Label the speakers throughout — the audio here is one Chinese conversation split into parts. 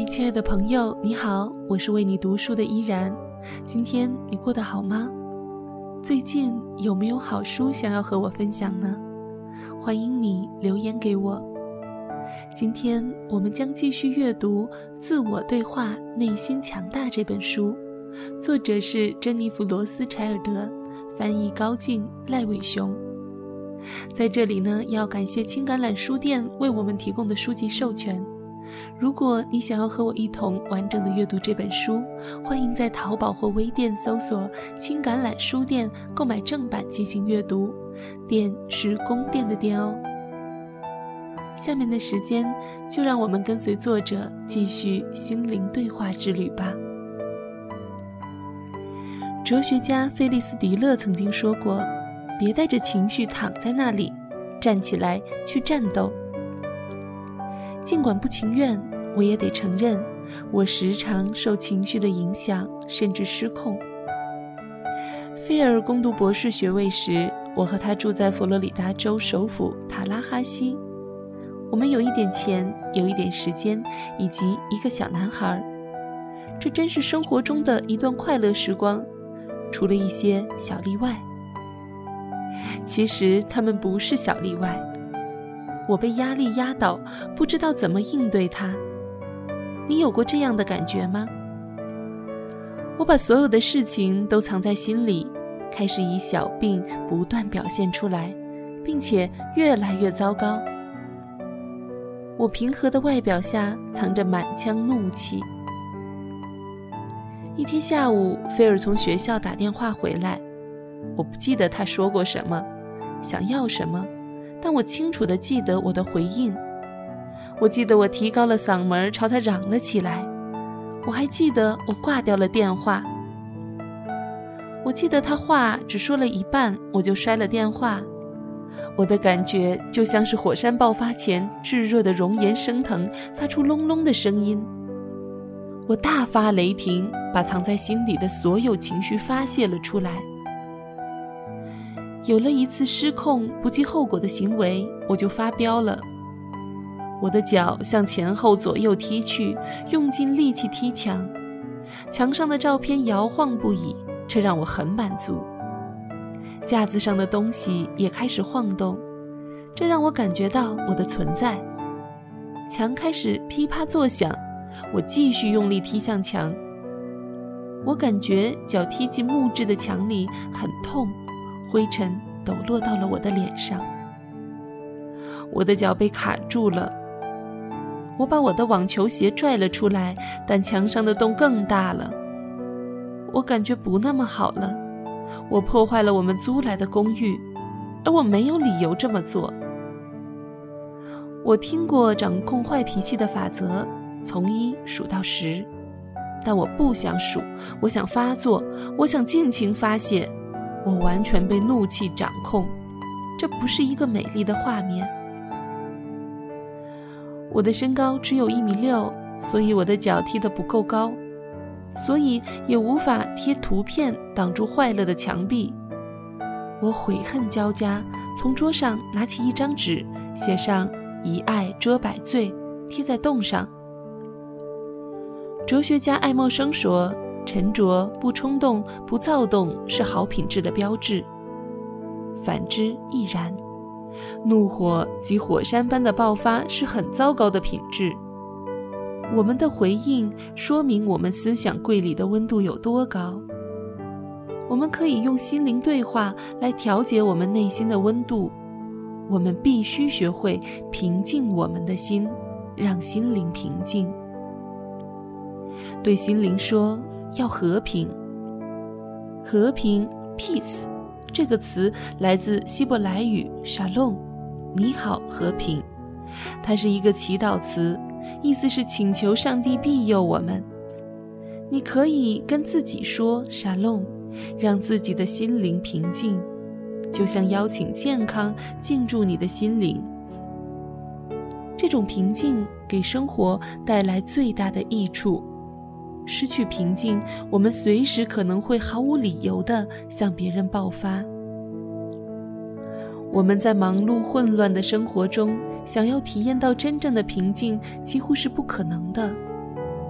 Speaker 1: 嗨，亲爱的朋友，你好，我是为你读书的依然。今天你过得好吗？最近有没有好书想要和我分享呢？欢迎你留言给我。今天我们将继续阅读《自我对话，内心强大》这本书，作者是珍妮弗·罗斯柴尔德，翻译高静、赖伟雄。在这里呢，要感谢青橄榄书店为我们提供的书籍授权。如果你想要和我一同完整的阅读这本书，欢迎在淘宝或微店搜索青橄榄书店购买正版进行阅读，店是宫殿的店哦。下面的时间就让我们跟随作者继续心灵对话之旅吧。哲学家菲利斯·迪勒曾经说过，别带着情绪躺在那里，站起来去战斗。尽管不情愿，我也得承认，我时常受情绪的影响，甚至失控。菲尔攻读博士学位时，我和他住在佛罗里达州首府塔拉哈西。我们有一点钱，有一点时间，以及一个小男孩。这真是生活中的一段快乐时光，除了一些小例外。其实他们不是小例外。我被压力压倒，不知道怎么应对它。你有过这样的感觉吗？我把所有的事情都藏在心里，开始以小病不断表现出来，并且越来越糟糕。我平和的外表下藏着满腔怒气。一天下午，菲尔从学校打电话回来，我不记得他说过什么，想要什么，但我清楚地记得我的回应。我记得我提高了嗓门朝他嚷了起来，我还记得我挂掉了电话。我记得他话只说了一半，我就摔了电话。我的感觉就像是火山爆发前炙热的熔岩升腾，发出隆隆的声音。我大发雷霆，把藏在心里的所有情绪发泄了出来。有了一次失控不计后果的行为，我就发飙了。我的脚向前后左右踢去，用尽力气踢墙。墙上的照片摇晃不已，这让我很满足。架子上的东西也开始晃动，这让我感觉到我的存在。墙开始噼啪作响，我继续用力踢向墙。我感觉脚踢进木质的墙里很痛，灰尘抖落到了我的脸上。我的脚被卡住了。我把我的网球鞋拽了出来，但墙上的洞更大了。我感觉不那么好了。我破坏了我们租来的公寓，而我没有理由这么做。我听过掌控坏脾气的法则，从1数到10，但我不想数，我想发作，我想尽情发泄。我完全被怒气掌控，这不是一个美丽的画面。我的身高只有1.6米，所以我的脚踢得不够高，所以也无法贴图片挡住坏了的墙壁。我悔恨交加，从桌上拿起一张纸，写上“以爱遮百罪”，贴在洞上。哲学家爱默生说，沉着、不冲动、不躁动是好品质的标志，反之亦然。怒火及火山般的爆发是很糟糕的品质。我们的回应说明我们思想柜里的温度有多高。我们可以用心灵对话来调节我们内心的温度。我们必须学会平静我们的心，让心灵平静。对心灵说，要和平。和平 peace 这个词来自希伯来语 shalom， 你好和平。它是一个祈祷词，意思是请求上帝庇佑我们。你可以跟自己说 shalom， 让自己的心灵平静，就像邀请健康进驻你的心灵。这种平静给生活带来最大的益处。失去平静，我们随时可能会毫无理由地向别人爆发。我们在忙碌混乱的生活中，想要体验到真正的平静，几乎是不可能的。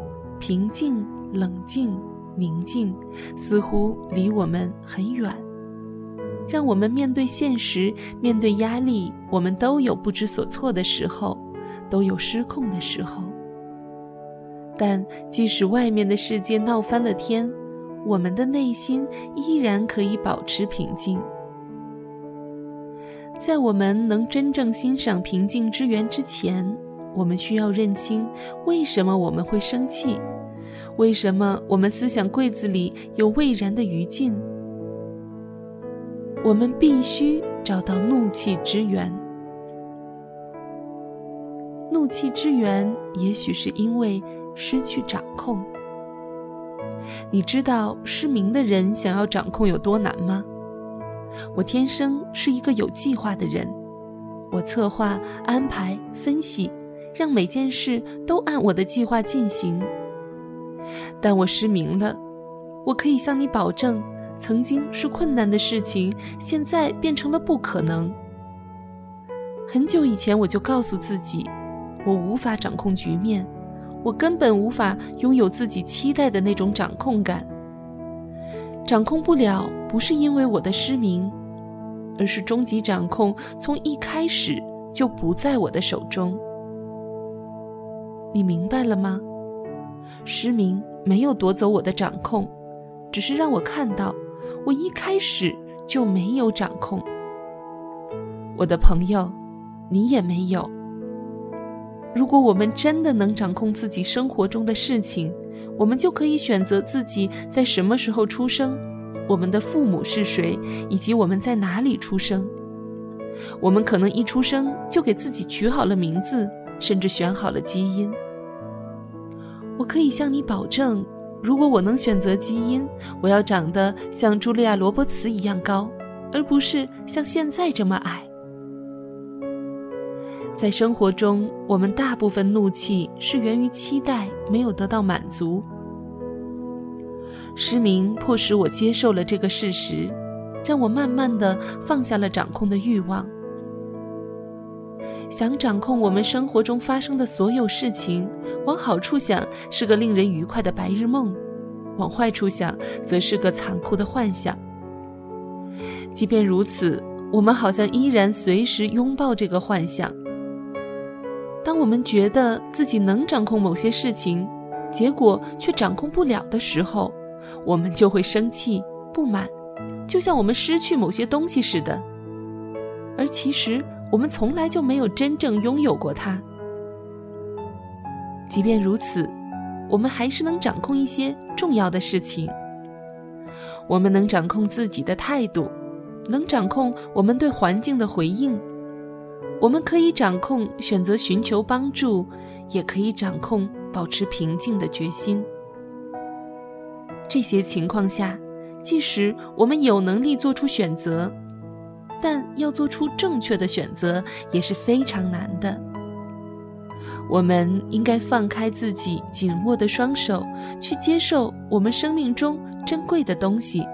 Speaker 1: 平静、冷静、宁静似乎离我们很远，让我们面对现实，面对压力，我们都有不知所措的时候，都有失控的时候。但即使外面的世界闹翻了天，我们的内心依然可以保持平静。在我们能真正欣赏平静之源之前，我们需要认清为什么我们会生气，为什么我们思想柜子里有蔚然的余烬。我们必须找到怒气之源。怒气之源也许是因为失去掌控。你知道失明的人想要掌控有多难吗？我天生是一个有计划的人，我策划、安排、分析，让每件事都按我的计划进行。但我失明了，我可以向你保证，曾经是困难的事情，现在变成了不可能。很久以前我就告诉自己，我无法掌控局面，我根本无法拥有自己期待的那种掌控感。掌控不了，不是因为我的失明，而是终极掌控从一开始就不在我的手中。你明白了吗？失明没有夺走我的掌控，只是让我看到我一开始就没有掌控。我的朋友，你也没有。如果我们真的能掌控自己生活中的事情，我们就可以选择自己在什么时候出生，我们的父母是谁，以及我们在哪里出生。我们可能一出生就给自己取好了名字，甚至选好了基因。我可以向你保证，如果我能选择基因，我要长得像茱莉亚·罗伯茨一样高，而不是像现在这么矮。在生活中，我们大部分怒气是源于期待没有得到满足。失明迫使我接受了这个事实，让我慢慢地放下了掌控的欲望。想掌控我们生活中发生的所有事情，往好处想是个令人愉快的白日梦，往坏处想则是个残酷的幻想。即便如此，我们好像依然随时拥抱这个幻想。当我们觉得自己能掌控某些事情，结果却掌控不了的时候，我们就会生气、不满，就像我们失去某些东西似的。而其实我们从来就没有真正拥有过它。即便如此，我们还是能掌控一些重要的事情。我们能掌控自己的态度，能掌控我们对环境的回应。我们可以掌控选择寻求帮助，也可以掌控保持平静的决心。这些情况下，即使我们有能力做出选择，但要做出正确的选择也是非常难的。我们应该放开自己紧握的双手，去接受我们生命中珍贵的东西。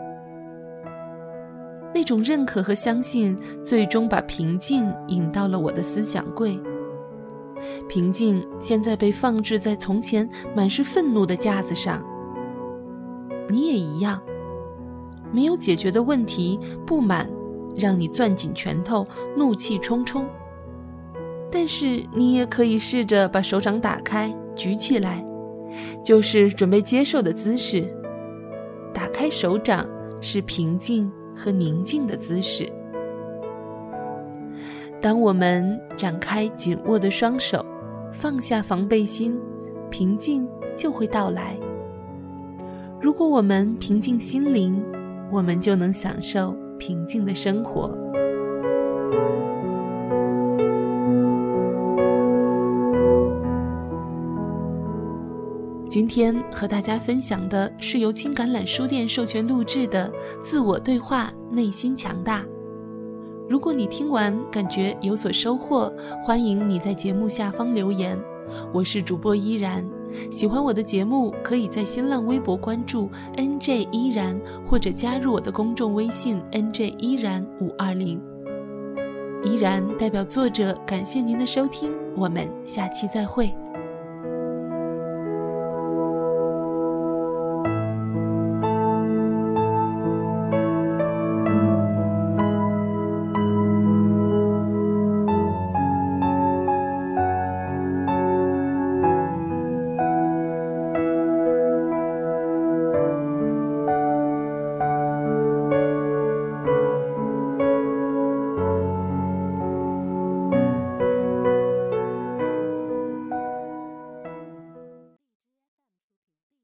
Speaker 1: 那种认可和相信，最终把平静引到了我的思想柜。平静现在被放置在从前满是愤怒的架子上。你也一样，没有解决的问题，不满让你攥紧拳头，怒气冲冲。但是你也可以试着把手掌打开，举起来，就是准备接受的姿势。打开手掌是平静和宁静的姿势。当我们展开紧握的双手，放下防备心，平静就会到来。如果我们平静心灵，我们就能享受平静的生活。今天和大家分享的是由青橄榄书店授权录制的自我对话，内心强大。如果你听完感觉有所收获，欢迎你在节目下方留言。我是主播依然，喜欢我的节目可以在新浪微博关注 NJ 依然，或者加入我的公众微信 NJ 依然520。依然代表作者感谢您的收听，我们下期再会。